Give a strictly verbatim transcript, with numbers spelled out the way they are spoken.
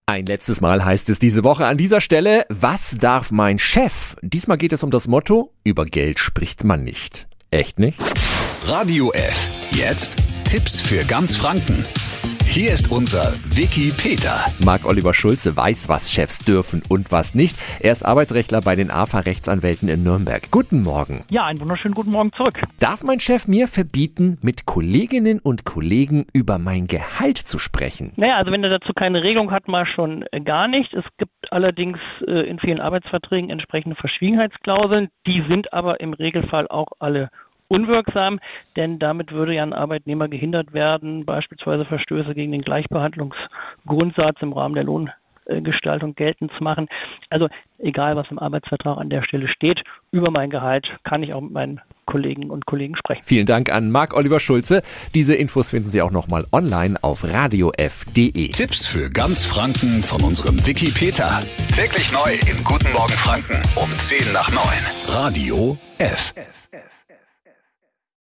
Ein letztes Mal heißt es diese Woche an dieser Stelle, was darf mein Chef? Diesmal geht es um das Motto, über Geld spricht man nicht. Echt nicht? Radio F. Jetzt Tipps für ganz Franken. Hier ist unser Wiki Peter. Marc-Oliver Schulze weiß, was Chefs dürfen und was nicht. Er ist Arbeitsrechtler bei den A F A-Rechtsanwälten in Nürnberg. Guten Morgen. Ja, einen wunderschönen guten Morgen zurück. Darf mein Chef mir verbieten, mit Kolleginnen und Kollegen über mein Gehalt zu sprechen? Naja, also wenn er dazu keine Regelung hat, mal schon gar nicht. Es gibt allerdings äh, in vielen Arbeitsverträgen entsprechende Verschwiegenheitsklauseln. Die sind aber im Regelfall auch alle unwirksam, denn damit würde ja ein Arbeitnehmer gehindert werden, beispielsweise Verstöße gegen den Gleichbehandlungsgrundsatz im Rahmen der Lohngestaltung geltend zu machen. Also egal, was im Arbeitsvertrag an der Stelle steht, über mein Gehalt kann ich auch mit meinen Kolleginnen und Kollegen sprechen. Vielen Dank an Marc-Oliver Schulze. Diese Infos finden Sie auch nochmal online auf radio f punkt de. Tipps für ganz Franken von unserem Wiki Peter. Täglich neu im Guten Morgen Franken um zehn nach neun. Radio F.